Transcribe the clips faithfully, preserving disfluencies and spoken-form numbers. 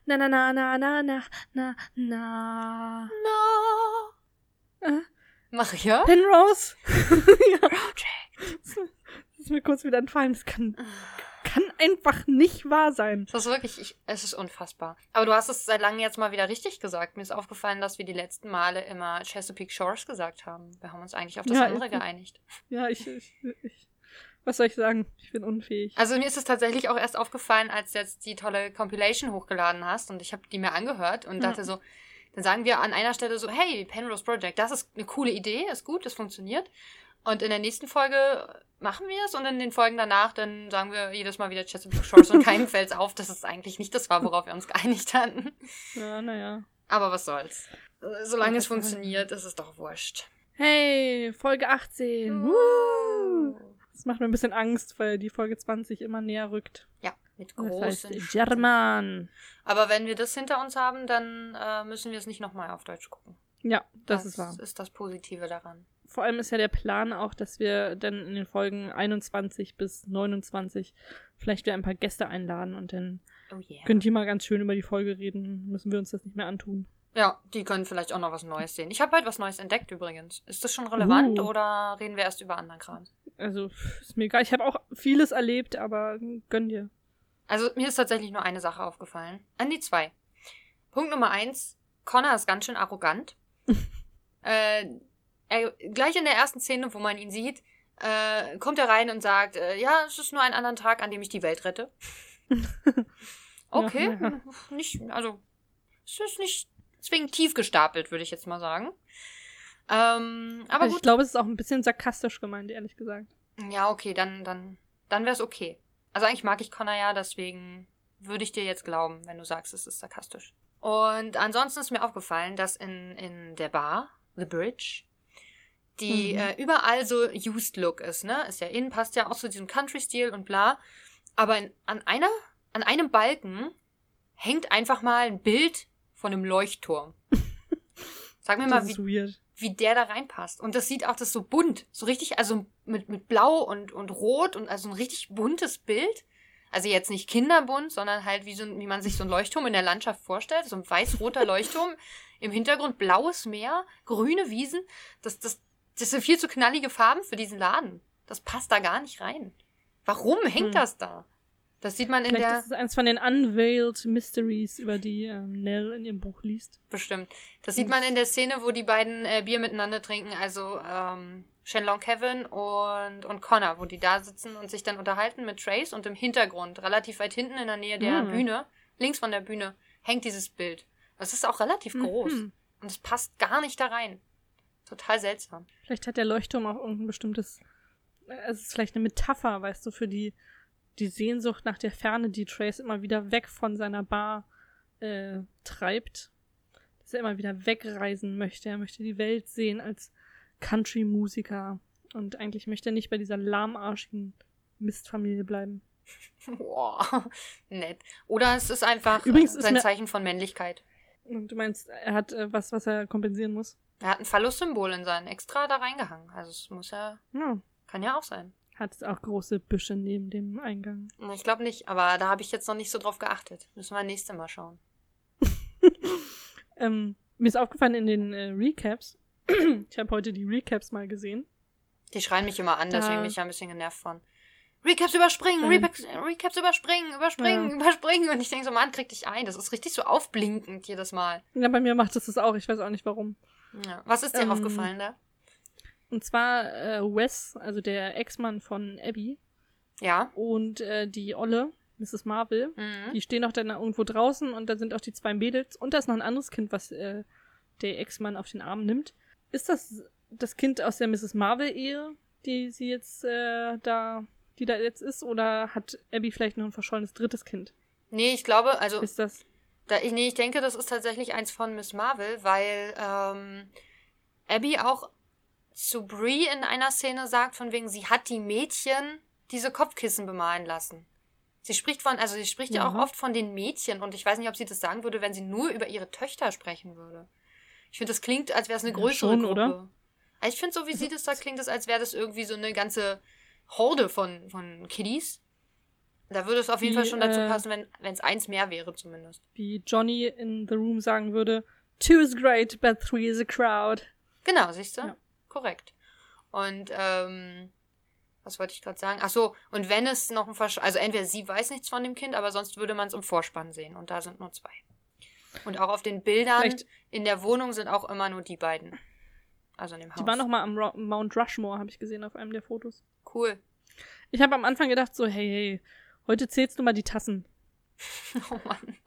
Na, na, na, na, na, na, na, na. No. Äh, Maria? Penrose? Ja. Project. Das ist mir kurz wieder entfallen. Das kann, kann einfach nicht wahr sein. Das ist wirklich, ich, es ist unfassbar. Aber du hast es seit langem jetzt mal wieder richtig gesagt. Mir ist aufgefallen, dass wir die letzten Male immer Chesapeake Shores gesagt haben. Wir haben uns eigentlich auf das Ja, andere ich- geeinigt. Ja, ich, ich, ich. Was soll ich sagen? Ich bin unfähig. Also mir ist es tatsächlich auch erst aufgefallen, als du jetzt die tolle Compilation hochgeladen hast und ich habe die mir angehört und Ja. dachte so, dann sagen wir an einer Stelle so, hey, Penrose Project, das ist eine coole Idee, ist gut, das funktioniert. Und in der nächsten Folge machen wir es und in den Folgen danach, dann sagen wir jedes Mal wieder Chesapeake Shores und keinem fällt's auf, dass es eigentlich nicht das war, worauf wir uns geeinigt hatten. Ja, naja. Aber was soll's. Solange es Ja, was funktioniert, ist es doch wurscht. Hey, Folge achtzehn. Woo! Das macht mir ein bisschen Angst, weil die Folge zwanzig immer näher rückt. Ja, mit Das großen heißt Schritten. German. Aber wenn wir das hinter uns haben, dann äh, müssen wir es nicht nochmal auf Deutsch gucken. Ja, das, ist wahr. Das ist das Positive daran. Vor allem ist ja der Plan auch, dass wir dann in den Folgen einundzwanzig bis neunundzwanzig vielleicht wieder ein paar Gäste einladen und dann Oh yeah. können die mal ganz schön über die Folge reden. Müssen wir uns das nicht mehr antun. Ja, die können vielleicht auch noch was Neues sehen. Ich habe heute was Neues entdeckt übrigens. Ist das schon relevant Uh. oder reden wir erst über anderen Kram? Also, ist mir egal. Ich habe auch vieles erlebt, aber gönn dir. Also mir ist tatsächlich nur eine Sache aufgefallen. An die zwei. Punkt Nummer eins. Connor ist ganz schön arrogant. äh, er, gleich in der ersten Szene, wo man ihn sieht, äh, kommt er rein und sagt, äh, ja, es ist nur ein anderer Tag, an dem ich die Welt rette. Okay, Ja, ja. nicht, also es ist nicht zwingend tief gestapelt, würde ich jetzt mal sagen. Ähm, aber Also gut. ich glaube, es ist auch ein bisschen sarkastisch gemeint, ehrlich gesagt. Ja, okay, dann, dann, dann wäre es okay. Also eigentlich mag ich Connor ja, deswegen würde ich dir jetzt glauben, wenn du sagst, es ist sarkastisch. Und ansonsten ist mir aufgefallen, dass in, in der Bar, The Bridge, die Mhm. äh, überall so Used Look ist, ne? Ist ja in, passt ja auch zu diesem Country-Stil und bla. Aber in, an einer, an einem Balken hängt einfach mal ein Bild von einem Leuchtturm. Sag mir mal, Das wie, ist weird. wie der da reinpasst. Und das sieht auch, das ist so bunt. So richtig, also mit, mit Blau und, und Rot und also ein richtig buntes Bild. Also jetzt nicht kinderbunt, sondern halt wie, so, ein- wie man sich so ein Leuchtturm in der Landschaft vorstellt. So ein weiß-roter Leuchtturm. Im Hintergrund blaues Meer, grüne Wiesen. Das, das, das sind viel zu knallige Farben für diesen Laden. Das passt da gar nicht rein. Warum hängt Hm. das da? Das sieht man in Vielleicht der... ist es eins von den Unveiled Mysteries, über die ähm, Nell in ihrem Buch liest. Bestimmt. Das sieht man in der Szene, wo die beiden äh, Bier miteinander trinken, also ähm, Shenlong Kevin und, und Connor, wo die da sitzen und sich dann unterhalten mit Trace und im Hintergrund, relativ weit hinten in der Nähe der Mhm. Bühne, links von der Bühne, hängt dieses Bild. Das ist auch relativ groß Mhm. und es passt gar nicht da rein. Total seltsam. Vielleicht hat der Leuchtturm auch irgendein bestimmtes. äh, Es ist vielleicht eine Metapher, weißt du, für die, die Sehnsucht nach der Ferne, die Trace immer wieder weg von seiner Bar äh, treibt. Dass er immer wieder wegreisen möchte. Er möchte die Welt sehen als Country-Musiker. Und eigentlich möchte er nicht bei dieser lahmarschigen Mistfamilie bleiben. Boah, nett. Oder es ist einfach Übrigens äh, ist sein mir- Zeichen von Männlichkeit. Und du meinst, er hat äh, was, was er kompensieren muss? Er hat ein Phallus-Symbol in seinen extra da reingehangen. Also es muss ja, Ja. kann ja auch sein. Hat es auch große Büsche neben dem Eingang. Ich glaube nicht, aber da habe ich jetzt noch nicht so drauf geachtet. Müssen wir nächstes Mal schauen. Ähm, mir ist aufgefallen in den äh, Recaps, ich habe heute die Recaps mal gesehen. Die schreien mich immer an, Da- deswegen bin ich ja ein bisschen genervt von. Recaps überspringen, Ähm. Recaps, Recaps überspringen, überspringen, Ja. überspringen. Und ich denke so, Mann, krieg dich ein. Das ist richtig so aufblinkend jedes Mal. Ja, bei mir macht es das auch, ich weiß auch nicht warum. Ja. Was ist dir Ähm. aufgefallen da? Und zwar äh, Wes, also der Ex-Mann von Abby Ja. und äh, die Olle, Misses Marvel, Mhm. die stehen auch dann irgendwo draußen und da sind auch die zwei Mädels und da ist noch ein anderes Kind, was äh, der Ex-Mann auf den Arm nimmt. Ist das das Kind aus der Misses Marvel-Ehe, die sie jetzt äh, da, die da jetzt ist, oder hat Abby vielleicht noch ein verschollenes drittes Kind? Nee, ich glaube, also, Ist das? da, ich, nee, ich denke, das ist tatsächlich eins von Miss Marvel, weil ähm, Abby auch zu Bree in einer Szene sagt, von wegen, sie hat die Mädchen diese Kopfkissen bemalen lassen. Sie spricht von, also sie spricht ja, Ja. auch oft von den Mädchen und ich weiß nicht, ob sie das sagen würde, wenn sie nur über ihre Töchter sprechen würde. Ich finde, das klingt, als wäre es eine Ja, größere schon, Gruppe. oder? Also ich finde, so wie sie das sagt, klingt es, als wäre das irgendwie so eine ganze Horde von, von Kiddies. Da würde es auf jeden Wie, Fall schon dazu äh, passen, wenn es eins mehr wäre zumindest. Wie Johnny in The Room sagen würde, two is great, but three is a crowd. Genau, siehst du? Ja. Korrekt. Und, ähm, was wollte ich gerade sagen? Ach so, und wenn es noch ein Vorspann, also entweder sie weiß nichts von dem Kind, aber sonst würde man es im Vorspann sehen. Und da sind nur zwei. Und auch auf den Bildern Vielleicht- in der Wohnung sind auch immer nur die beiden. Also in dem Haus. Die waren noch mal am Ro- Mount Rushmore, habe ich gesehen auf einem der Fotos. Cool. Ich habe am Anfang gedacht so, hey, hey, heute zählst du mal die Tassen. Oh Mann.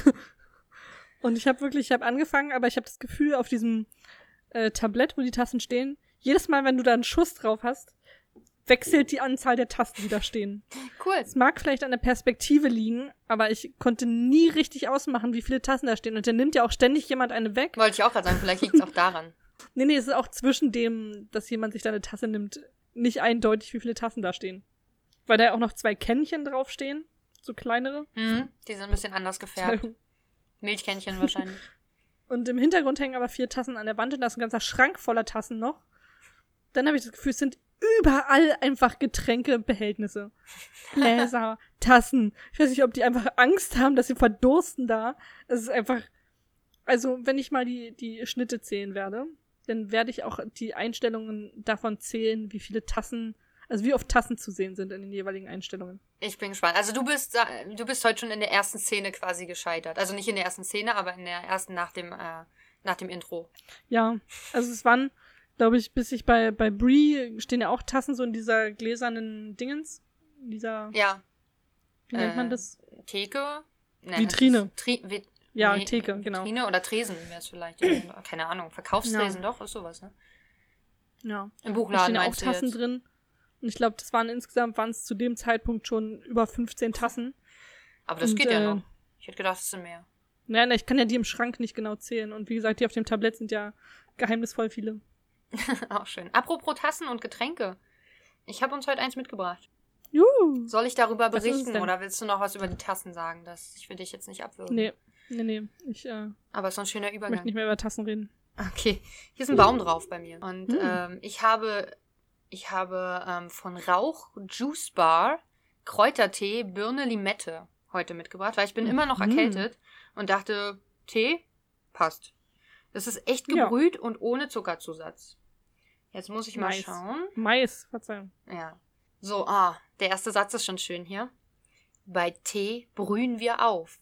Und ich habe wirklich, ich habe angefangen, aber ich habe das Gefühl, auf diesem äh, Tablett, wo die Tassen stehen, jedes Mal, wenn du da einen Schuss drauf hast, wechselt die Anzahl der Tasten, die da stehen. Cool. Es mag vielleicht an der Perspektive liegen, aber ich konnte nie richtig ausmachen, wie viele Tassen da stehen. Und dann nimmt ja auch ständig jemand eine weg. Wollte ich auch gerade sagen, vielleicht liegt es auch daran. Nee, nee, es ist auch zwischen dem, dass jemand sich da eine Tasse nimmt, nicht eindeutig, wie viele Tassen da stehen. Weil da ja auch noch zwei Kännchen draufstehen, so kleinere. Mhm. Die sind ein bisschen anders gefärbt. Milchkännchen wahrscheinlich. Und im Hintergrund hängen aber vier Tassen an der Wand und da ist ein ganzer Schrank voller Tassen noch. Dann habe ich das Gefühl, es sind überall einfach Getränkebehältnisse. Gläser, Tassen. Ich weiß nicht, ob die einfach Angst haben, dass sie verdursten da. Es ist einfach, also wenn ich mal die, die Schnitte zählen werde, dann werde ich auch die Einstellungen davon zählen, wie viele Tassen, also wie oft Tassen zu sehen sind in den jeweiligen Einstellungen. Ich bin gespannt. Also du bist äh, du bist heute schon in der ersten Szene quasi gescheitert. Also nicht in der ersten Szene, aber in der ersten nach dem, äh, nach dem Intro. Ja, also es waren, glaube ich, bis ich bei, bei Brie stehen ja auch Tassen so in dieser gläsernen Dingens. In dieser, Ja. wie nennt man äh, das? Theke? Nee, Vitrine. das ist Tri- Vi- Ja, nee, Theke, genau. Vitrine oder Tresen wäre es vielleicht. Keine Ahnung. Verkaufstresen doch, ist sowas, ne? Ja. Im Da Buchladen stehen ja auch meinst du Tassen jetzt? drin. Und ich glaube, das waren insgesamt, waren es zu dem Zeitpunkt schon über fünfzehn Tassen. Aber das Und, geht ja äh, noch. Ich hätte gedacht, es sind mehr. Naja, ich kann ja die im Schrank nicht genau zählen. Und wie gesagt, die auf dem Tablett sind ja geheimnisvoll viele. Auch schön. Apropos Tassen und Getränke. Ich habe uns heute eins mitgebracht. Juhu. Soll ich darüber Was ist es berichten denn? oder willst du noch was über die Tassen sagen? Das ich will dich jetzt nicht abwürgen. Nee, nee, nee. Ich äh, Aber es ist so ein schöner möchte Übergang. nicht mehr über Tassen reden. Okay, hier ist ein Baum drauf bei mir. Und Hm. ähm, ich habe, ich habe ähm, von Rauch Juice Bar Kräutertee Birne Limette heute mitgebracht, weil ich bin immer noch Mhm. erkältet und dachte, Tee passt. Das ist echt Ja. gebrüht und ohne Zuckerzusatz. Jetzt muss ich mal Nice. schauen. Mais, Verzeihung. Ja. So, ah, der erste Satz ist schon schön hier. Bei Tee brühen wir auf.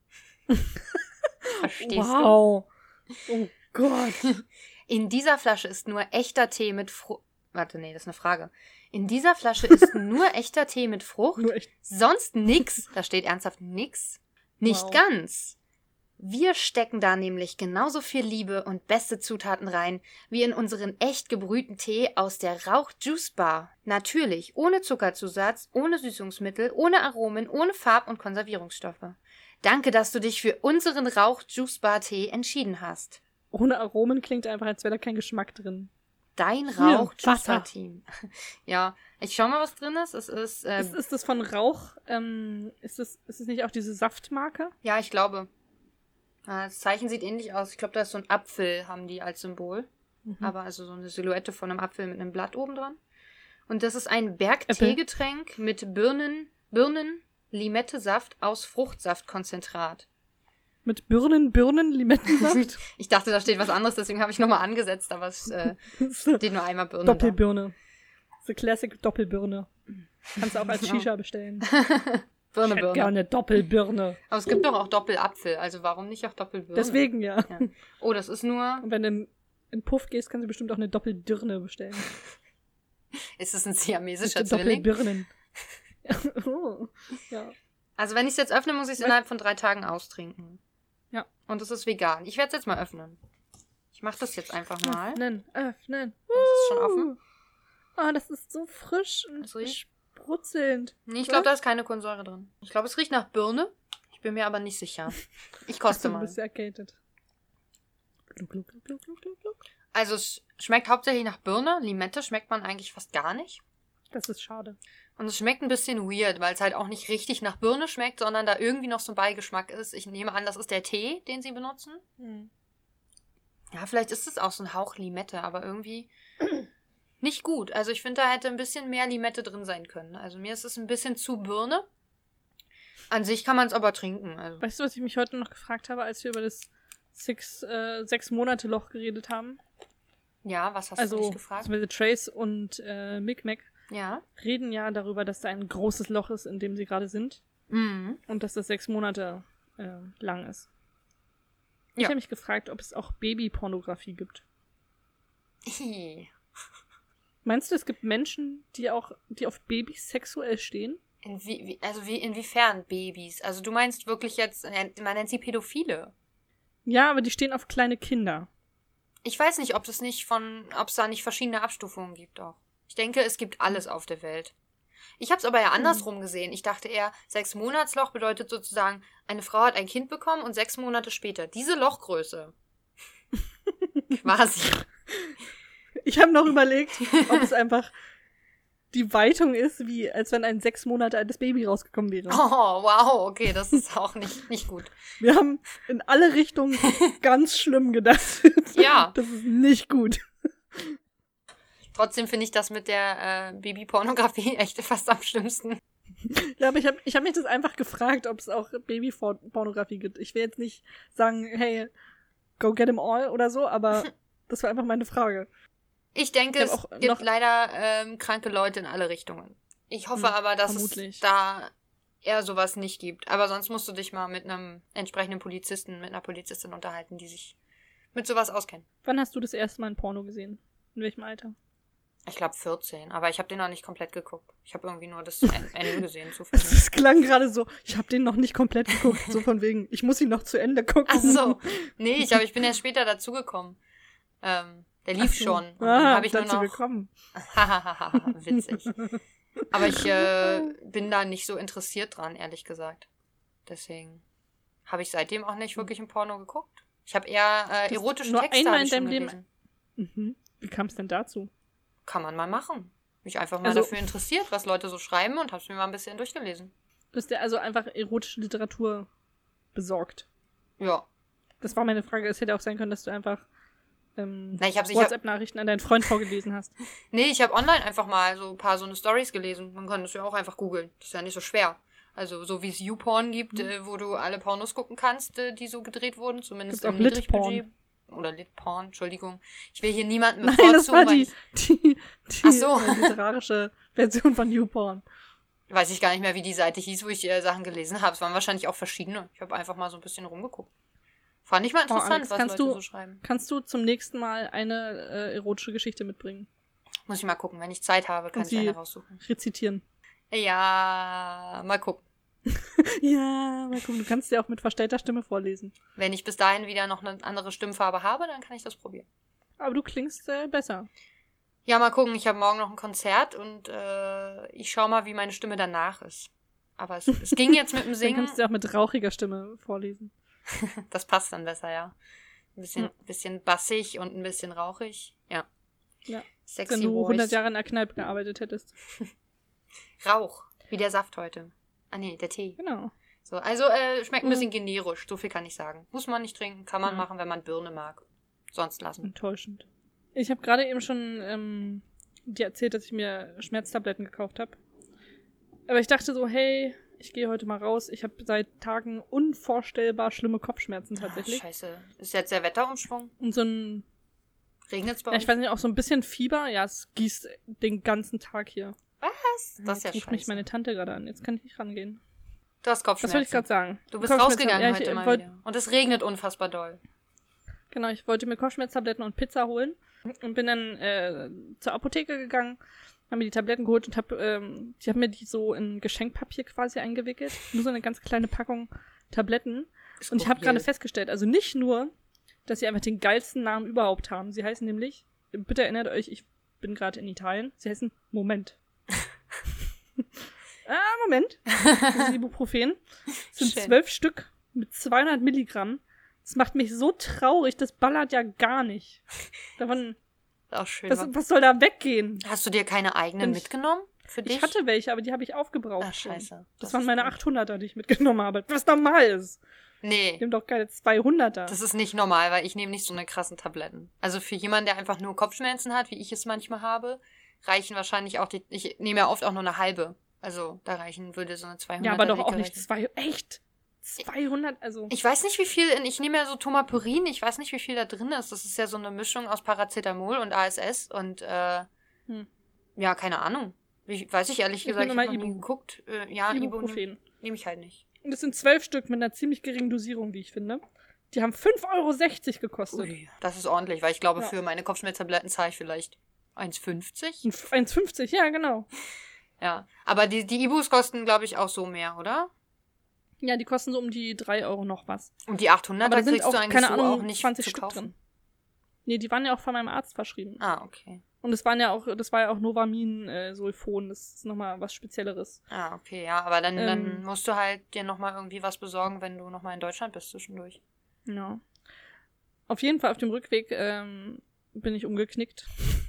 Verstehst du? Wow. Oh Gott. In dieser Flasche ist nur echter Tee mit Frucht. Warte, nee, das ist eine Frage. In dieser Flasche ist nur echter Tee mit Frucht. Nur echt. Sonst nix. Da steht ernsthaft nix. Nicht Wow. ganz. Wir stecken da nämlich genauso viel Liebe und beste Zutaten rein, wie in unseren echt gebrühten Tee aus der Rauch Juice Bar. Natürlich, ohne Zuckerzusatz, ohne Süßungsmittel, ohne Aromen, ohne Farb- und Konservierungsstoffe. Danke, dass du dich für unseren Rauch Juice Bar Tee entschieden hast. Ohne Aromen klingt einfach, als wäre da kein Geschmack drin. Dein Hier, Rauch Juice Wasser. Bar Team. Ja, ich schau mal, was drin ist. Es ist, äh, Ist, ist das von Rauch? Ähm, ist das, ist das nicht auch diese Saftmarke? ja, ich glaube. Ah, Das Zeichen sieht ähnlich aus. Ich glaube, da ist so ein Apfel, haben die als Symbol. Mhm. Aber also so eine Silhouette von einem Apfel mit einem Blatt oben dran. Und das ist ein Bergteegetränk mit Birnen, Birnen, Limettesaft aus Fruchtsaftkonzentrat. Mit Birnen, Birnen, Limettensaft? Ich dachte, da steht was anderes, deswegen habe ich nochmal angesetzt, aber es äh, steht nur einmal Birnen. Doppelbirne. The Classic Doppelbirne. Kannst du auch als Genau. Shisha bestellen. Da. Birne, Ich hätte Birne. gerne Doppelbirne. Aber es gibt doch auch Doppelapfel, also warum nicht auch Doppelbirne? Deswegen ja. Ja. Oh, das ist nur. Und wenn du in, in Puff gehst, kannst du bestimmt auch eine Doppeldirne bestellen. Ist es ein siamesischer Mit Zwilling? Doppelbirnen. oh. Ja. Also wenn ich es jetzt öffne, muss ich es Weißt- innerhalb von drei Tagen austrinken. Ja. Und es ist vegan. Ich werde es jetzt mal öffnen. Ich mache das jetzt einfach mal. Öffnen, öffnen. Es ist schon offen. Ah, das ist so frisch und Es riecht- sprutzelnd. Nee, ich glaube, da ist keine Kohlensäure drin. Ich glaube, es riecht nach Birne. Ich bin mir aber nicht sicher. Ich koste Du mal. bist erkältet. Gluck, gluck, gluck, gluck, gluck, gluck, gluck. Also es schmeckt hauptsächlich nach Birne. Limette schmeckt man eigentlich fast gar nicht. Das ist schade. Und es schmeckt ein bisschen weird, weil es halt auch nicht richtig nach Birne schmeckt, sondern da irgendwie noch so ein Beigeschmack ist. Ich nehme an, das ist der Tee, den sie benutzen. Hm. Ja, vielleicht ist es auch so ein Hauch Limette, aber irgendwie nicht gut. Also ich finde, da hätte ein bisschen mehr Limette drin sein können. Also mir ist es ein bisschen zu Birne. An sich kann man es aber trinken. Also. Weißt du, was ich mich heute noch gefragt habe, als wir über das Six, äh, Sechs-Monate-Loch geredet haben? Ja, was hast also, du dich gefragt? Also Trace und äh, Mick-Mac ja. reden ja darüber, dass da ein großes Loch ist, in dem sie gerade sind. Mhm. Und dass das sechs Monate äh, lang ist. Ich Ja. habe mich gefragt, ob es auch Babypornografie gibt. Meinst du, es gibt Menschen, die auch, die auf Babys sexuell stehen? Inwie, wie, also wie, inwiefern Babys? Also du meinst wirklich jetzt, man nennt sie Pädophile. Ja, aber die stehen auf kleine Kinder. Ich weiß nicht, ob es nicht von, ob es da nicht verschiedene Abstufungen gibt auch. Ich denke, es gibt alles auf der Welt. Ich habe es aber ja andersrum gesehen. Ich dachte eher, sechs Monatsloch bedeutet sozusagen, eine Frau hat ein Kind bekommen und sechs Monate später. Diese Lochgröße. Quasi. Ich habe noch überlegt, ob es einfach die Weitung ist, wie als wenn ein sechs Monate altes Baby rausgekommen wäre. Oh, wow, okay, das ist auch nicht, nicht gut. Wir haben in alle Richtungen ganz schlimm gedacht. Ja. Das ist nicht gut. Trotzdem finde ich das mit der äh, Babypornografie echt fast am schlimmsten. Ja, aber ich habe ich hab mich das einfach gefragt, ob es auch Babypornografie gibt. Ich will jetzt nicht sagen, hey, go get 'em all oder so, aber das war einfach meine Frage. Ich denke, ich es auch gibt noch leider ähm, kranke Leute in alle Richtungen. Ich hoffe hm, aber, dass vermutlich. es da eher sowas nicht gibt. Aber sonst musst du dich mal mit einem entsprechenden Polizisten, mit einer Polizistin unterhalten, die sich mit sowas auskennen. Wann hast du das erste Mal ein Porno gesehen? In welchem Alter? Ich glaube vierzehn, aber ich habe den noch nicht komplett geguckt. Ich habe irgendwie nur das Ende gesehen, zufällig. Es klang gerade so, ich habe den noch nicht komplett geguckt, so von wegen, ich muss ihn noch zu Ende gucken. Ach so, nee, ich glaube, ich bin erst später dazugekommen. Ähm, der lief so. schon. Und ah, dann habe ich nur dazu noch... gekommen. Hahaha, witzig. Aber ich äh, bin da nicht so interessiert dran, ehrlich gesagt. Deswegen habe ich seitdem auch nicht wirklich ein Porno geguckt. Ich habe eher äh, erotische nur Texte einmal hab in ich schon deinem Leben- gelesen. Mhm. Wie kam es denn dazu? Kann man mal machen. Mich einfach mal Also- dafür interessiert, was Leute so schreiben und hab's mir mal ein bisschen durchgelesen. Du hast dir also einfach erotische Literatur besorgt. Ja. Das war meine Frage. Es hätte auch sein können, dass du einfach ähm, Na, ich hab's- ich hab- WhatsApp-Nachrichten an deinen Freund vorgelesen hast. Nee, ich habe online einfach mal so ein paar so eine Stories gelesen. Man kann das ja auch einfach googeln. Das ist ja nicht so schwer. Also so wie es YouPorn gibt, Mhm. äh, wo du alle Pornos gucken kannst, äh, die so gedreht wurden. Zumindest Gibt's im auch Litporn. Niedrigbubudget. Oder Litporn, Entschuldigung. Ich will hier niemanden Nein, bevorzugen. das war weil die, ich- die, die Ach so. äh, literarische Version von YouPorn. Weiß ich gar nicht mehr, wie die Seite hieß, wo ich äh, Sachen gelesen habe. Es waren wahrscheinlich auch verschiedene. Ich habe einfach mal so ein bisschen rumgeguckt. Fand ich mal Oh, interessant, Alex, was kannst Leute du- so schreiben. Kannst du zum nächsten Mal eine äh, erotische Geschichte mitbringen? Muss ich mal gucken. Wenn ich Zeit habe, kann Und ich sie- eine raussuchen. Rezitieren. Ja, mal gucken. Ja, mal gucken. Du kannst sie auch mit verstellter Stimme vorlesen. Wenn ich bis dahin wieder noch eine andere Stimmfarbe habe, dann kann ich das probieren. Aber du klingst äh, besser. Ja, mal gucken. Ich habe morgen noch ein Konzert und äh, ich schau mal, wie meine Stimme danach ist. Aber es, es ging jetzt mit dem Dann Singen. kannst du sie auch mit rauchiger Stimme vorlesen. Das passt dann besser, ja. Ein bisschen, Ja. bisschen bassig und ein bisschen rauchig. Ja. Ja. Sexy Wenn du Voice. hundert Jahre in der Kneipe gearbeitet hättest. Rauch. Wie der Saft heute. Ah nee, der Tee. Genau. So, also äh, schmeckt ein Mhm. bisschen generisch. So viel kann ich sagen. Muss man nicht trinken, kann man Ja. machen, wenn man Birne mag. Sonst lassen. Enttäuschend. Ich habe gerade eben schon ähm, dir erzählt, dass ich mir Schmerztabletten gekauft habe. Aber ich dachte so, hey, ich gehe heute mal raus. Ich habe seit Tagen unvorstellbar schlimme Kopfschmerzen Ah, tatsächlich. scheiße. Ist jetzt der Wetterumschwung? Und so ein, Regnet's bei ja, uns? ich weiß nicht, auch so ein bisschen Fieber. Ja, es gießt den ganzen Tag hier. Was? Das ist ja Jetzt ruft scheiße. mich meine Tante gerade an. Jetzt kann ich nicht rangehen. Du hast Was Kopfschmerzen. wollte ich gerade sagen? Du bist Kopfschmerzen- rausgegangen ja, ich, heute äh, mal wollt- wieder. Und es regnet unfassbar doll. Genau, ich wollte mir Kopfschmerztabletten und Pizza holen und bin dann äh, zur Apotheke gegangen, habe mir die Tabletten geholt und habe, ähm, die haben mir die so in Geschenkpapier quasi eingewickelt. Nur so eine ganz kleine Packung Tabletten. Und ich habe gerade festgestellt, also nicht nur, dass sie einfach den geilsten Namen überhaupt haben. Sie heißen nämlich, bitte erinnert euch, ich bin gerade in Italien, sie heißen Moment. ah, Moment. Das ist Ibuprofen. Das sind Schön. zwölf Stück mit zweihundert Milligramm. Das macht mich so traurig, das ballert ja gar nicht. Davon, Auch schön. was, was soll da weggehen? Hast du dir keine eigenen Und ich- mitgenommen? Für dich? Ich hatte welche, aber die habe ich aufgebraucht. Ach, schon. scheiße. Das, waren ist meine gut. achthunderter, die ich mitgenommen habe. Was normal ist. Nee. Ich nehme doch keine zweihunderter. Das ist nicht normal, weil ich nehme nicht so eine krassen Tabletten. Also für jemanden, der einfach nur Kopfschmerzen hat, wie ich es manchmal habe, reichen wahrscheinlich auch die. Ich nehme ja oft auch nur eine halbe. Also da reichen würde so eine zweihundert. Ja, aber doch auch nicht zwei, echt? zweihundert, also... Ich weiß nicht, wie viel, in, ich nehme ja so Tomapyrin, ich weiß nicht, wie viel da drin ist. Das ist ja so eine Mischung aus Paracetamol und A S S und, äh, hm. ja, keine Ahnung. Wie, weiß ich ehrlich gesagt, ich, ich habe noch nie geguckt. Äh, ja, Ibuprofen nehme nehm ich halt nicht. Und das sind zwölf Stück mit einer ziemlich geringen Dosierung, wie ich finde. Die haben fünf Euro sechzig gekostet. Ui, das ist ordentlich, weil ich glaube, ja. für meine Kopfschmerztabletten zahle ich vielleicht eins fünfzig. eins fünfzig, ja, genau. Ja, aber die, die Ibus kosten, glaube ich, auch so mehr, oder? Ja, die kosten so um die drei Euro noch was. Und die achthundert, aber da kriegst sind auch, du eigentlich keine so Ahnung, auch nicht zwanzig zu Stück kaufen. drin. Nee, die waren ja auch von meinem Arzt verschrieben. Ah, okay. Und es waren ja auch, das war ja auch Novamin, äh, Sulfon, das ist nochmal was Spezielleres. Ah, okay, ja, aber dann, ähm, dann musst du halt dir nochmal irgendwie was besorgen, wenn du nochmal in Deutschland bist zwischendurch. Ja. Auf jeden Fall auf dem Rückweg ähm, bin ich umgeknickt.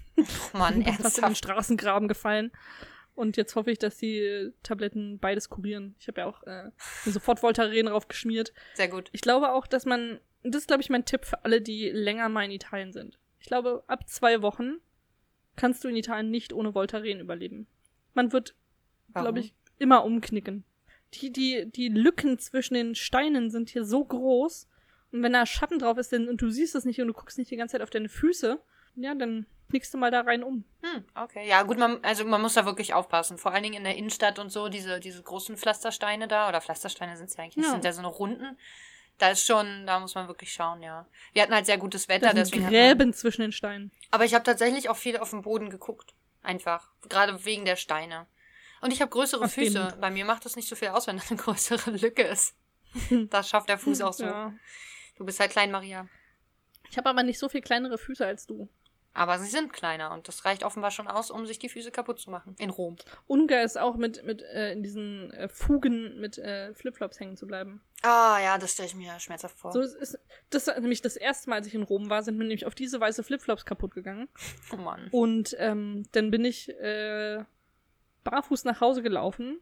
Oh Mann, bin ernsthaft? fast in den Straßengraben gefallen. Und jetzt hoffe ich, dass die Tabletten beides kurieren. Ich habe ja auch äh, mir sofort Voltaren drauf geschmiert. Sehr gut. Ich glaube auch, dass man, das ist glaube ich mein Tipp für alle, die länger mal in Italien sind. Ich glaube, ab zwei Wochen kannst du in Italien nicht ohne Voltaren überleben. Man wird, glaube ich, immer umknicken. Die, die, die Lücken zwischen den Steinen sind hier so groß. Und wenn da Schatten drauf ist denn, und du siehst es nicht und du guckst nicht die ganze Zeit auf deine Füße, ja, dann knickst du mal da rein um. Hm, okay. Ja, gut, man, also man muss da wirklich aufpassen. Vor allen Dingen in der Innenstadt und so, diese, diese großen Pflastersteine da, oder Pflastersteine sind es ja eigentlich nicht, ja. sind ja so eine Runden. Da ist schon, da muss man wirklich schauen, ja. Wir hatten halt sehr gutes Wetter, da sind deswegen. Gräben man, zwischen den Steinen. Aber ich habe tatsächlich auch viel auf den Boden geguckt. Einfach. Gerade wegen der Steine. Und ich habe größere auf Füße. Dem. Bei mir macht das nicht so viel aus, wenn da eine größere Lücke ist. Das schafft der Fuß auch so. Ja. Du bist halt klein, Maria. Ich habe aber nicht so viel kleinere Füße als du. Aber sie sind kleiner und das reicht offenbar schon aus, um sich die Füße kaputt zu machen. In Rom. Ungar ist auch mit, mit äh, in diesen äh, Fugen mit äh, Flipflops hängen zu bleiben. Ah, ja, das stelle ich mir schmerzhaft vor. So ist, ist das war nämlich das erste Mal, als ich in Rom war, sind mir nämlich auf diese Weise Flipflops kaputt gegangen. Oh Mann. Und ähm, dann bin ich äh, barfuß nach Hause gelaufen.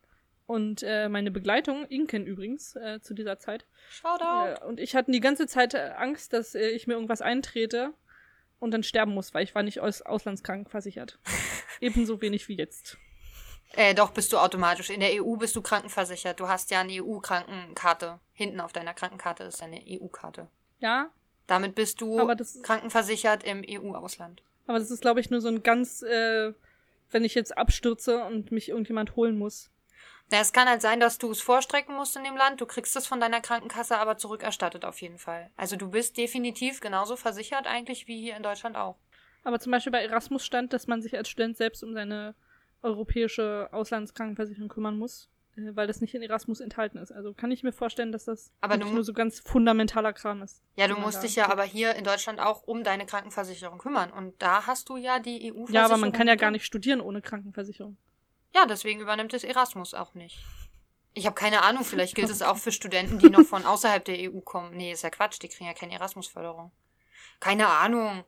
Und äh, meine Begleitung, Inken übrigens, äh, zu dieser Zeit. Shoutout. Äh, und ich hatte die ganze Zeit äh, Angst, dass äh, ich mir irgendwas eintrete und dann sterben muss, weil ich war nicht aus auslandskrankenversichert. Ebenso wenig wie jetzt. Äh, doch, bist du automatisch. In der E U bist du krankenversichert. Du hast ja eine E U-Krankenkarte. Hinten auf deiner Krankenkarte ist eine E U-Karte. Ja. Damit bist du aber das, krankenversichert im E U-Ausland. Aber das ist, glaube ich, nur so ein ganz, äh, wenn ich jetzt abstürze und mich irgendjemand holen muss. Na, es kann halt sein, dass du es vorstrecken musst in dem Land. Du kriegst es von deiner Krankenkasse aber zurückerstattet auf jeden Fall. Also du bist definitiv genauso versichert eigentlich wie hier in Deutschland auch. Aber zum Beispiel bei Erasmus stand, dass man sich als Student selbst um seine europäische Auslandskrankenversicherung kümmern muss, äh, weil das nicht in Erasmus enthalten ist. Also kann ich mir vorstellen, dass das aber nicht nur so ganz fundamentaler Kram ist. Ja, du musst dich ja aber hier in Deutschland auch um deine Krankenversicherung kümmern. Und da hast du ja die E U-Versicherung. Ja, aber man kann ja gar nicht studieren ohne Krankenversicherung. Ja, deswegen übernimmt es Erasmus auch nicht. Ich habe keine Ahnung, vielleicht gilt es auch für Studenten, die noch von außerhalb der E U kommen. Nee, ist ja Quatsch, die kriegen ja keine Erasmus-Förderung. Keine Ahnung.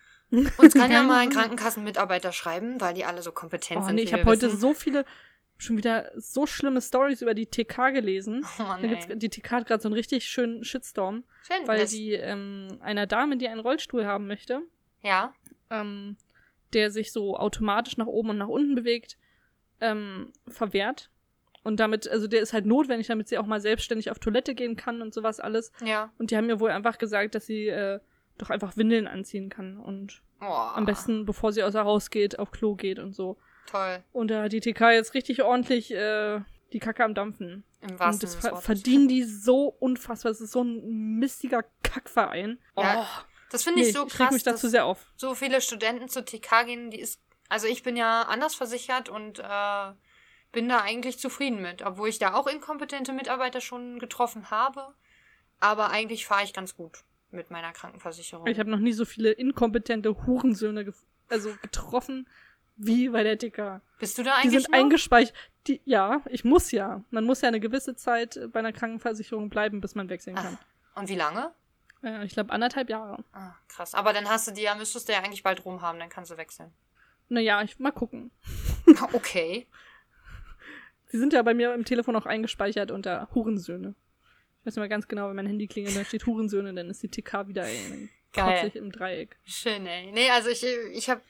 Uns kann ja mal ein Krankenkassenmitarbeiter schreiben, weil die alle so kompetent oh, sind. Nee, ich habe heute so viele, schon wieder so schlimme Storys über die T K gelesen. Oh Mann, da gibt's, die T K hat gerade so einen richtig schönen Shitstorm, Schön, weil die ähm, einer Dame, die einen Rollstuhl haben möchte, ja, ähm, der sich so automatisch nach oben und nach unten bewegt, ähm, verwehrt. Und damit, also der ist halt notwendig, damit sie auch mal selbstständig auf Toilette gehen kann und sowas alles. Ja. Und die haben mir wohl einfach gesagt, dass sie äh, doch einfach Windeln anziehen kann und oh. am besten, bevor sie außer Haus geht, auf Klo geht und so. Toll. Und da hat die T K jetzt richtig ordentlich äh, die Kacke am Dampfen. Im wahrsten und das ver- verdienen die so unfassbar. Das ist so ein mistiger Kackverein. Ja, oh. Das finde ich nee, so ich krass, reg mich dazu sehr auf. So viele Studenten zur T K gehen, die ist, also ich bin ja anders versichert und äh, bin da eigentlich zufrieden mit, obwohl ich da auch inkompetente Mitarbeiter schon getroffen habe, aber eigentlich fahre ich ganz gut mit meiner Krankenversicherung. Ich habe noch nie so viele inkompetente Hurensöhne gef- also getroffen wie bei der T K. Bist du da eigentlich Die sind noch? eingespeichert. Die, ja, ich muss ja. Man muss ja eine gewisse Zeit bei einer Krankenversicherung bleiben, bis man wechseln kann. Ach, und wie lange? Äh, ich glaube anderthalb Jahre. Ah, krass. Aber dann hast du die ja, müsstest du ja eigentlich bald rum haben, dann kannst du wechseln. Naja, ich mal gucken. Okay. Sie sind ja bei mir im Telefon auch eingespeichert unter Hurensöhne. Ich weiß nicht mal ganz genau, wenn mein Handy klingelt, da steht Hurensöhne, dann ist die T K wieder ey, Geil. im Dreieck. Schön, ey. Nee, also ich, ich habe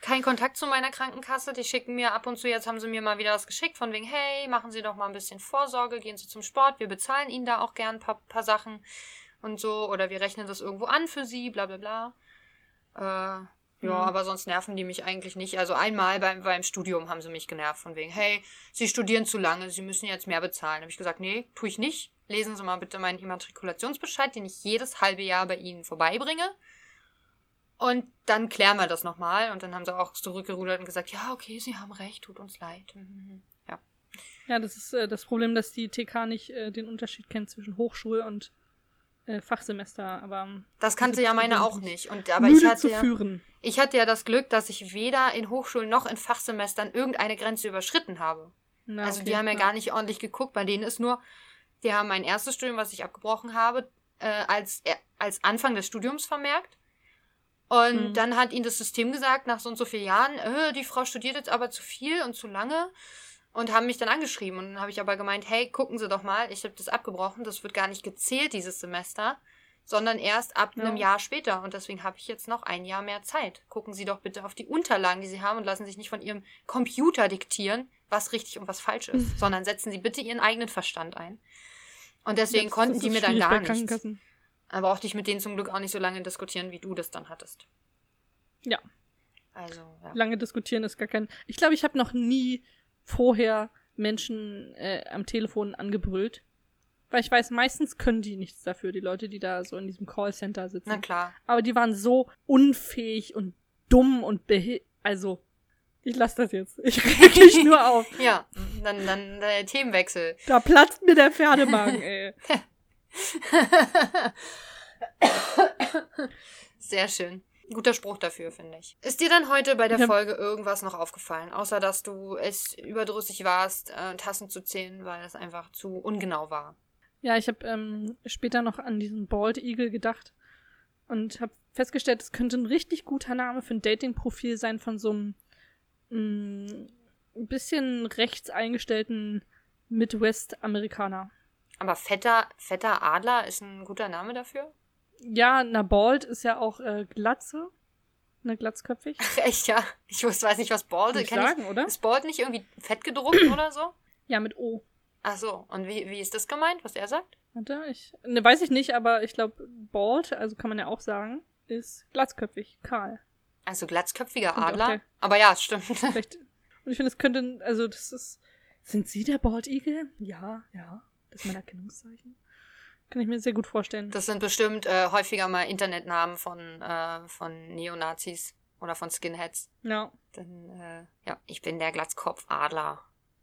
keinen Kontakt zu meiner Krankenkasse. Die schicken mir ab und zu, jetzt haben sie mir mal wieder was geschickt, von wegen, hey, machen Sie doch mal ein bisschen Vorsorge, gehen Sie zum Sport, wir bezahlen Ihnen da auch gern ein paar, paar Sachen und so. Oder wir rechnen das irgendwo an für Sie, bla bla bla. Äh, ja, mhm. aber sonst nerven die mich eigentlich nicht. Also einmal beim, beim Studium haben sie mich genervt, von wegen, hey, Sie studieren zu lange, Sie müssen jetzt mehr bezahlen. Da habe ich gesagt, nee, tue ich nicht. Lesen Sie mal bitte meinen Immatrikulationsbescheid, den ich jedes halbe Jahr bei Ihnen vorbeibringe. Und dann klären wir das nochmal. Und dann haben sie auch zurückgerudert und gesagt, ja, okay, Sie haben recht, tut uns leid. Ja, ja das ist äh, das Problem, dass die T K nicht äh, den Unterschied kennt zwischen Hochschule und äh, Fachsemester. Aber das kannte ja meine auch nicht. Und, aber müde ich hatte zu ja, führen. Ich hatte ja das Glück, dass ich weder in Hochschulen noch in Fachsemestern irgendeine Grenze überschritten habe. Na, also okay, die haben ja, ja gar nicht ordentlich geguckt. Bei denen ist nur, die haben mein erstes Studium, was ich abgebrochen habe, äh, als, äh, als Anfang des Studiums vermerkt. Und mhm. dann hat ihnen das System gesagt, nach so und so vielen Jahren, äh, die Frau studiert jetzt aber zu viel und zu lange und haben mich dann angeschrieben. Und dann habe ich aber gemeint, hey, gucken Sie doch mal, ich habe das abgebrochen, das wird gar nicht gezählt dieses Semester, sondern erst ab ja. einem Jahr später. Und deswegen habe ich jetzt noch ein Jahr mehr Zeit. Gucken Sie doch bitte auf die Unterlagen, die Sie haben und lassen sich nicht von Ihrem Computer diktieren, was richtig und was falsch ist, mhm. sondern setzen Sie bitte Ihren eigenen Verstand ein. Und deswegen Jetzt, konnten die mir dann gar nichts. Aber brauchte ich mit denen zum Glück auch nicht so lange diskutieren, wie du das dann hattest. Ja. Also, ja. Lange diskutieren ist gar kein... Ich glaube, ich habe noch nie vorher Menschen äh, am Telefon angebrüllt. Weil ich weiß, meistens können die nichts dafür, die Leute, die da so in diesem Callcenter sitzen. Na klar. Aber die waren so unfähig und dumm und behi... Also, ich lasse das jetzt. Ich reg mich nur auf. Ja, dann, dann äh, Themenwechsel. Da platzt mir der Pferdemagen, ey. Sehr schön. Guter Spruch dafür, finde ich. Ist dir dann heute bei der ja. Folge irgendwas noch aufgefallen? Außer, dass du es überdrüssig warst, äh, Tassen zu zählen, weil es einfach zu ungenau war. Ja, ich habe ähm, später noch an diesen Bald Eagle gedacht und habe festgestellt, es könnte ein richtig guter Name für ein Dating-Profil sein von so einem mh, ein bisschen rechts eingestellten Midwest-Amerikaner. Aber fetter, fetter Adler ist ein guter Name dafür? Ja, na, Bald ist ja auch äh, Glatze. Ne, glatzköpfig. Ach, echt, ja? Ich weiß nicht, was Bald ist. Kann ich sagen, ich, oder? Ist Bald nicht irgendwie fett gedruckt oder so? Ja, mit O. Ach so, und wie, wie ist das gemeint, was er sagt? Warte, ich, ne, weiß ich nicht, aber ich glaube, Bald, also kann man ja auch sagen, ist glatzköpfig, kahl. Also glatzköpfiger Adler? Aber ja, stimmt. Vielleicht, und ich finde, es könnte, also das ist, sind Sie der Bald Eagle? Ja, ja, das ist mein Erkennungszeichen. Kann ich mir sehr gut vorstellen. Das sind bestimmt äh, häufiger mal Internetnamen von, äh, von Neonazis oder von Skinheads. Ja. Dann, äh, ja, ich bin der Glatzkopfadler.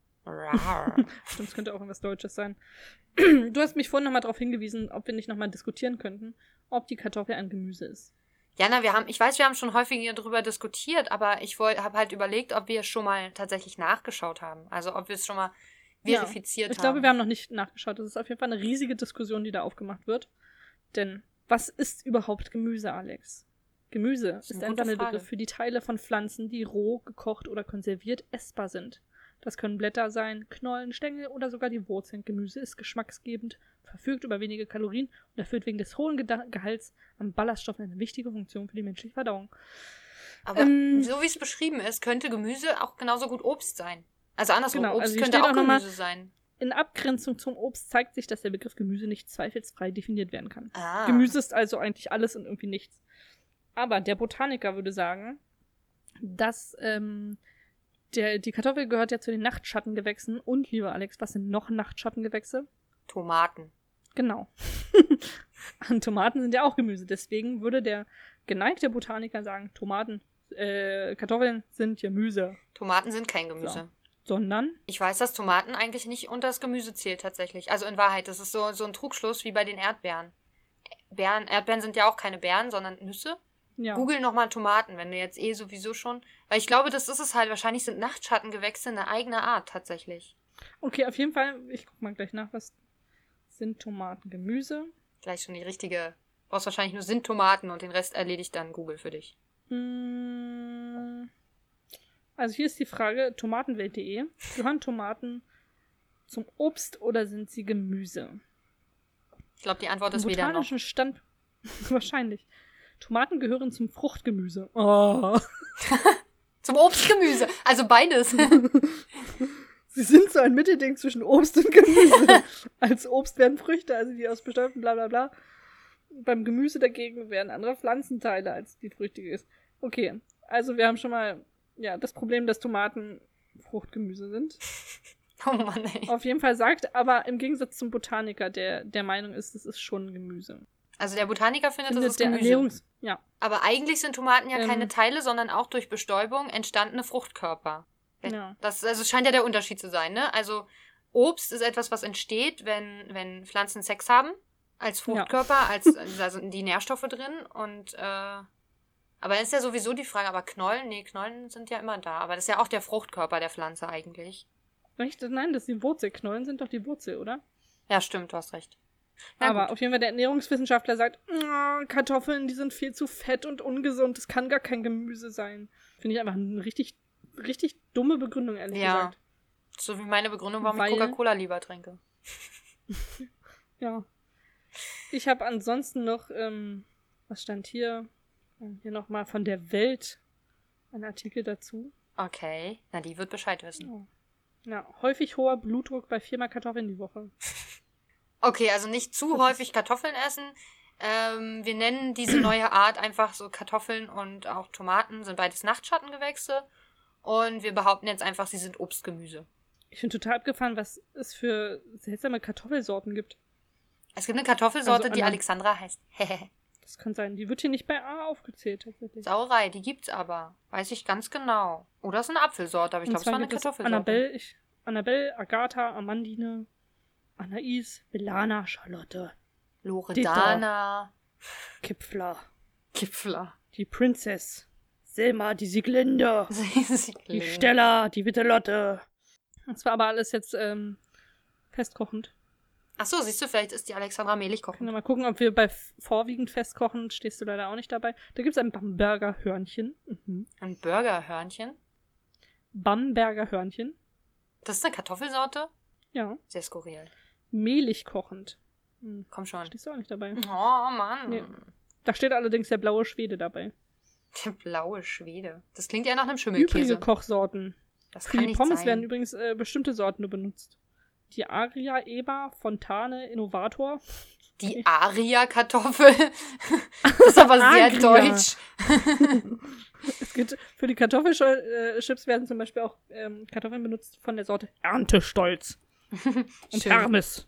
Stimmt, es könnte auch irgendwas Deutsches sein. Du hast mich vorhin nochmal darauf hingewiesen, ob wir nicht nochmal diskutieren könnten, ob die Kartoffel ein Gemüse ist. Jana, wir haben, ich weiß, wir haben schon häufiger darüber diskutiert, aber ich habe halt überlegt, ob wir schon mal tatsächlich nachgeschaut haben. Also ob wir es schon mal verifiziert ja, ich haben. glaube, wir haben noch nicht nachgeschaut. Das ist auf jeden Fall eine riesige Diskussion, die da aufgemacht wird. Denn was ist überhaupt Gemüse, Alex? Gemüse ist, ist ein Sammelbegriff für die Teile von Pflanzen, die roh, gekocht oder konserviert essbar sind. Das können Blätter sein, Knollen, Stängel oder sogar die Wurzeln. Gemüse ist geschmacksgebend, verfügt über wenige Kalorien und erfüllt wegen des hohen Ge- Gehalts an Ballaststoffen eine wichtige Funktion für die menschliche Verdauung. Aber ähm, so wie es beschrieben ist, könnte Gemüse auch genauso gut Obst sein. Also andersrum, genau, Obst also könnte auch, auch Gemüse mal, sein. In Abgrenzung zum Obst zeigt sich, dass der Begriff Gemüse nicht zweifelsfrei definiert werden kann. Ah. Gemüse ist also eigentlich alles und irgendwie nichts. Aber der Botaniker würde sagen, dass ähm, der, die Kartoffel gehört ja zu den Nachtschattengewächsen. Und, lieber Alex, was sind noch Nachtschattengewächse? Tomaten. Genau. Und Tomaten sind ja auch Gemüse. Deswegen würde der geneigte Botaniker sagen, Tomaten, äh, Kartoffeln sind Gemüse. Tomaten sind kein Gemüse. So. Sondern? Ich weiß, dass Tomaten eigentlich nicht unter das Gemüse zählt tatsächlich. Also in Wahrheit, das ist so, so ein Trugschluss wie bei den Erdbeeren. Beeren, Erdbeeren sind ja auch keine Beeren, sondern Nüsse. Ja. Google nochmal Tomaten, wenn du jetzt eh sowieso schon... Weil ich glaube, das ist es halt. Wahrscheinlich sind Nachtschattengewächse eine eigene Art tatsächlich. Okay, auf jeden Fall. Ich guck mal gleich nach, was sind Tomaten? Gemüse? Gleich schon die richtige... Du brauchst wahrscheinlich nur sind Tomaten und den Rest erledigt dann Google für dich. Also hier ist die Frage, tomatenwelt punkt de. Gehören Tomaten zum Obst oder sind sie Gemüse? Ich glaube, die Antwort ist weder noch. Botanischen Stand... Wahrscheinlich. Tomaten gehören zum Fruchtgemüse. Oh. Zum Obstgemüse. Also beides. Sie sind so ein Mittelding zwischen Obst und Gemüse. Als Obst werden Früchte, also die aus bestäubten bla bla bla. Beim Gemüse dagegen werden andere Pflanzenteile, als die Früchte ist. Okay, also wir haben schon mal ja das Problem, dass Tomaten Fruchtgemüse sind. Oh Mann, ey. Auf jeden Fall sagt, aber im Gegensatz zum Botaniker, der der Meinung ist, es ist schon Gemüse. Also der Botaniker findet, Findet das ist der Gemüse. Ernährungs- ja. Aber eigentlich sind Tomaten ja Ähm. keine Teile, sondern auch durch Bestäubung entstandene Fruchtkörper. Ja. Das also scheint ja der Unterschied zu sein, ne? Also Obst ist etwas, was entsteht, wenn, wenn Pflanzen Sex haben. Als Fruchtkörper, ja. als da sind die Nährstoffe drin. Und äh, aber dann ist ja sowieso die Frage, aber Knollen? Nee, Knollen sind ja immer da. Aber das ist ja auch der Fruchtkörper der Pflanze eigentlich. Echt? Nein, das ist die Wurzel. Knollen sind doch die Wurzel, oder? Ja, stimmt, du hast recht. Na aber gut. auf jeden Fall der Ernährungswissenschaftler sagt, "Mm, Kartoffeln, die sind viel zu fett und ungesund. Das kann gar kein Gemüse sein. Finde ich einfach eine richtig, richtig dumme Begründung, ehrlich Ja. gesagt. So wie meine Begründung, warum Weil- ich Coca-Cola lieber trinke. Ja. Ich habe ansonsten noch, ähm, was stand hier? Hier nochmal von der Welt ein Artikel dazu. Okay, na die wird Bescheid wissen. Ja, häufig hoher Blutdruck bei viermal Kartoffeln die Woche. Okay, also nicht zu häufig Kartoffeln essen. Ähm, wir nennen diese neue Art einfach so Kartoffeln und auch Tomaten sind beides Nachtschattengewächse. Und wir behaupten jetzt einfach, sie sind Obstgemüse. Ich finde total abgefahren, was es für seltsame Kartoffelsorten gibt. Es gibt eine Kartoffelsorte, Also die an- Alexandra heißt. Das kann sein. Die wird hier nicht bei A aufgezählt, tatsächlich. Sauerei, die gibt's aber. Weiß ich ganz genau. Oder es ist eine Apfelsorte, aber ich Und glaube, es zwar war eine gibt es Kartoffelsorte. Annabelle, ich, Annabelle, Agatha, Amandine, Anais, Belana, Charlotte, Loredana. Kipfler, Kipfler. die Princess, Selma, die Sieglinde, die Die Stella, die Wittelotte. Das war aber alles jetzt ähm, festkochend. Achso, siehst du, vielleicht ist die Alexandra mehlig Können kochen. wir mal gucken, ob wir bei f- vorwiegend festkochen, stehst du leider auch nicht dabei. Da gibt es ein Bamberger Hörnchen. Mhm. Ein Burgerhörnchen. Bamberger Hörnchen. Das ist eine Kartoffelsorte? Ja. Sehr skurril. Mehlig kochend. Hm. Komm schon. Stehst du auch nicht dabei. Oh, Mann. Nee. Da steht allerdings der blaue Schwede dabei. Der blaue Schwede. Das klingt ja nach einem Übrige Schimmelkäse. Kochsorten. Das Für kann die nicht Pommes sein. werden übrigens äh, bestimmte Sorten nur benutzt. Die Aria, Eber, Fontane, Innovator. Die Aria-Kartoffel. Das ist aber sehr Agria. deutsch. Es gibt, für die Kartoffelchips werden zum Beispiel auch ähm, Kartoffeln benutzt von der Sorte Erntestolz. Und Schön. Hermes.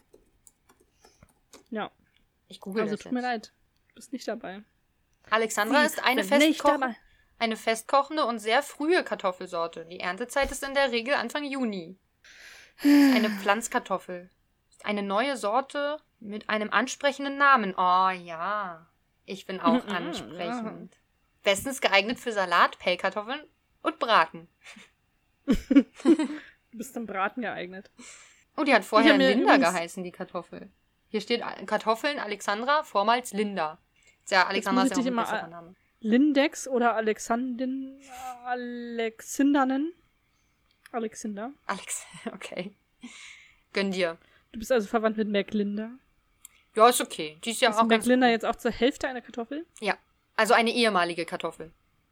Ja, Ich google also das tut mir jetzt. leid. Du bist nicht dabei. Alexandra ist eine, Ich bin nicht festkoch dabei. eine festkochende und sehr frühe Kartoffelsorte. Die Erntezeit ist in der Regel Anfang Juni. Das ist eine Pflanzkartoffel. Ist eine neue Sorte mit einem ansprechenden Namen. Oh ja, ich bin auch Mhm, ansprechend. Bestens geeignet für Salat, Pellkartoffeln und Braten. Du bist zum Braten geeignet. Oh, die hat vorher hab mir Linda übrigens- geheißen, die Kartoffel. Hier steht A- Kartoffeln Alexandra, vormals Linda. Ist ja, Alexandra muss ist ja ich auch ein dich immer, besserer Name. Lindex oder Alexandin, Alexander nennen. Alexander. Alex, okay. Gönn dir. Du bist also verwandt mit Maclinda. Ja, ist okay. Die ist ja Ist auch ganz Maclinda gut. jetzt auch zur Hälfte eine Kartoffel? Ja, also eine ehemalige Kartoffel.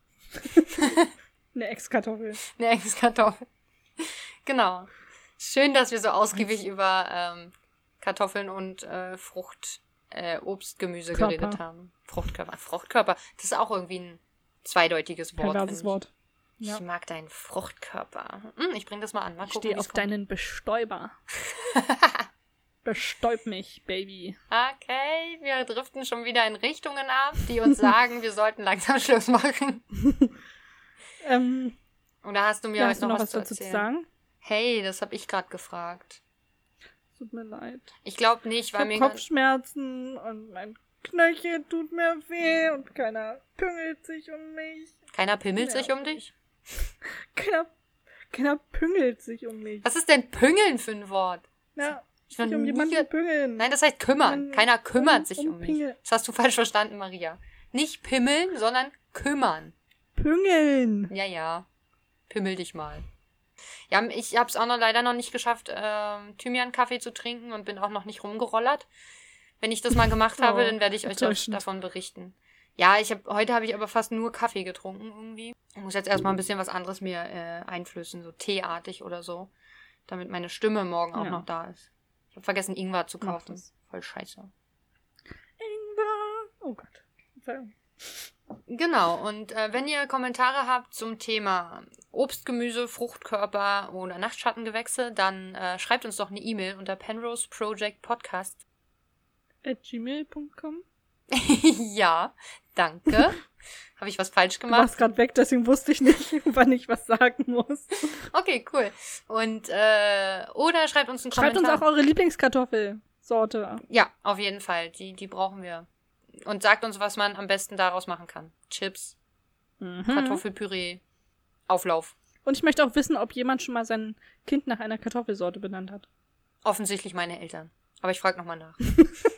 Eine Ex-Kartoffel. Eine Ex-Kartoffel. Genau. Schön, dass wir so ausgiebig über ähm, Kartoffeln und äh, Frucht, äh, Obst, Gemüse Körper. geredet haben. Fruchtkörper. Fruchtkörper. Das ist auch irgendwie ein zweideutiges Wort. Perverses finde ich. Wort. Ich Ja. mag deinen Fruchtkörper. Hm, ich bring das mal an. Mal Ich gucken, stehe wie's auf kommt. deinen Bestäuber. Bestäub mich, Baby. Okay, wir driften schon wieder in Richtungen ab, die uns sagen, wir sollten langsam Schluss machen. Ähm, Und da hast du mir ja, heute hast du noch noch was was zu dazu zu erzählen. sagen? Hey, das habe ich gerade gefragt. Tut mir leid. Ich glaube nicht, Ich weil habe mir... Kopfschmerzen und mein Knöchel tut mir weh und keiner püngelt sich um mich. Keiner pimmelt Ja. sich um dich? Keiner, keiner püngelt sich um mich. Was ist denn Püngeln für ein Wort? Ja, Ich noch sich um nie jemanden ge- püngeln. Nein, das heißt kümmern. Man- Keiner kümmert um- sich um um mich. Pingel. Das hast du falsch verstanden, Maria. Nicht pimmeln, sondern kümmern. Püngeln. Ja, ja. Pimmel dich mal. Ja, ich habe es auch noch leider noch nicht geschafft, ähm, Thymian-Kaffee zu trinken und bin auch noch nicht rumgerollert. Wenn ich das mal gemacht habe, Oh, dann werde ich euch auch enttäuschend. davon berichten. Ja, ich hab, heute habe ich aber fast nur Kaffee getrunken irgendwie. Ich muss jetzt erstmal ein bisschen was anderes mir äh, einflößen, so teeartig oder so, damit meine Stimme morgen auch Ja. noch da ist. Ich habe vergessen, Ingwer zu Mach kaufen. das. Voll scheiße. Ingwer. Oh Gott. Verzeihung. Genau, und äh, wenn ihr Kommentare habt zum Thema Obst, Gemüse, Fruchtkörper oder Nachtschattengewächse, dann äh, schreibt uns doch eine E-Mail unter Penrose Project Podcast. At gmail punkt com. Ja, danke. Habe ich was falsch Du gemacht? warst gerade weg, deswegen wusste ich nicht, wann ich was sagen muss. Okay, cool. Und, äh, oder schreibt uns einen Schreibt uns Kommentar. auch eure Lieblingskartoffelsorte. Ja, auf jeden Fall. Die, die brauchen wir. Und sagt uns, was man am besten daraus machen kann. Chips, Mhm. Kartoffelpüree, Auflauf. Und ich möchte auch wissen, ob jemand schon mal sein Kind nach einer Kartoffelsorte benannt hat. Offensichtlich meine Eltern. Aber ich frage nochmal nach.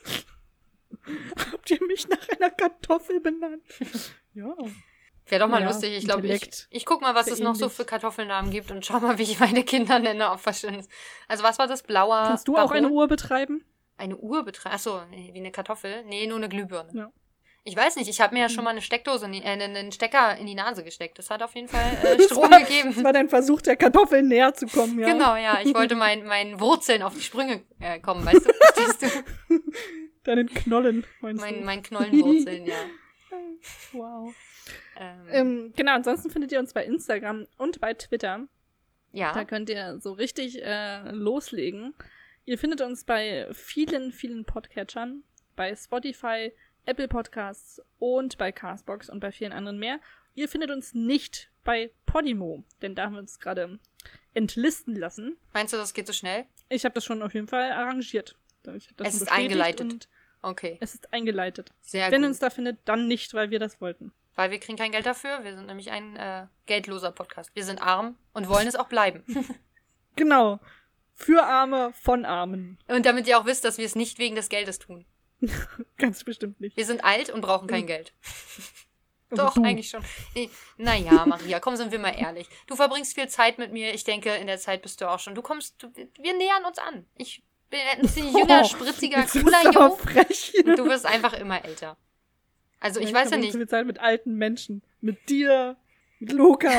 Habt ihr mich nach einer Kartoffel benannt? Ja. Wäre doch mal Ja, lustig. Ich glaube, ich, Intellekt. ich guck mal, was Sehr es noch so ähnlich. für Kartoffelnamen gibt und schau mal, wie ich meine Kinder nenne. Auf Verständnis. Also was war das? Blauer Kannst du auch Baron? eine Uhr betreiben? Eine Uhr betreiben? Achso, nee, wie eine Kartoffel? Nee, nur eine Glühbirne. Ja. Ich weiß nicht, ich habe mir ja schon mal eine Steckdose, in die, äh, einen Stecker in die Nase gesteckt. Das hat auf jeden Fall äh, Das Strom war- gegeben. Das war dein Versuch, der Kartoffel näher zu kommen, ja. Genau, ja. Ich wollte mein, meinen Wurzeln auf die Sprünge äh, kommen, weißt du? Verstehst du? Deinen Knollen, meinst Mein, du? mein Knollenwurzeln, ja. Wow. Ähm, Ähm, genau, ansonsten findet ihr uns bei Instagram und bei Twitter. Da ja. könnt ihr so richtig äh, loslegen. Ihr findet uns bei vielen, vielen Podcatchern, bei Spotify, Apple Podcasts und bei Castbox und bei vielen anderen mehr. Ihr findet uns nicht bei Podimo, denn da haben wir uns gerade entlisten lassen. Meinst du, das geht so schnell? Ich habe das schon auf jeden Fall arrangiert. Ich hab das Es schon ist bestätigt eingeleitet. Und Okay. es ist eingeleitet. Sehr Wenn ihr gut. uns da findet, dann nicht, weil wir das wollten. Weil wir kriegen kein Geld dafür. Wir sind nämlich ein äh, geldloser Podcast. Wir sind arm und wollen es auch bleiben. Genau. Für Arme, von Armen. Und damit ihr auch wisst, dass wir es nicht wegen des Geldes tun. Ganz bestimmt nicht. Wir sind alt und brauchen kein Geld. Also Doch, du. eigentlich schon. Nee, naja, Maria, komm, sind wir mal ehrlich. Du verbringst viel Zeit mit mir. Ich denke, in der Zeit bist du auch schon. Du kommst, du, wir nähern uns an. Ich bin ein ziemlich jünger, Oh, spritziger, jetzt bist cooler du aber Jo. frech. Und du wirst einfach immer älter. Also ich weiß ja verbringe nicht. so viel Zeit mit alten Menschen. Mit dir, mit Luca.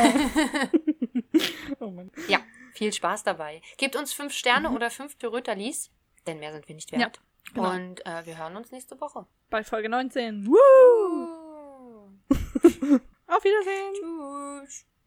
Oh Mann. Ja, viel Spaß dabei. Gebt uns fünf Sterne oder fünf Perötalis, denn mehr sind wir nicht wert. genau. Und äh, wir hören uns nächste Woche. Bei Folge neunzehn. Woo! Auf Wiedersehen. Tschüss.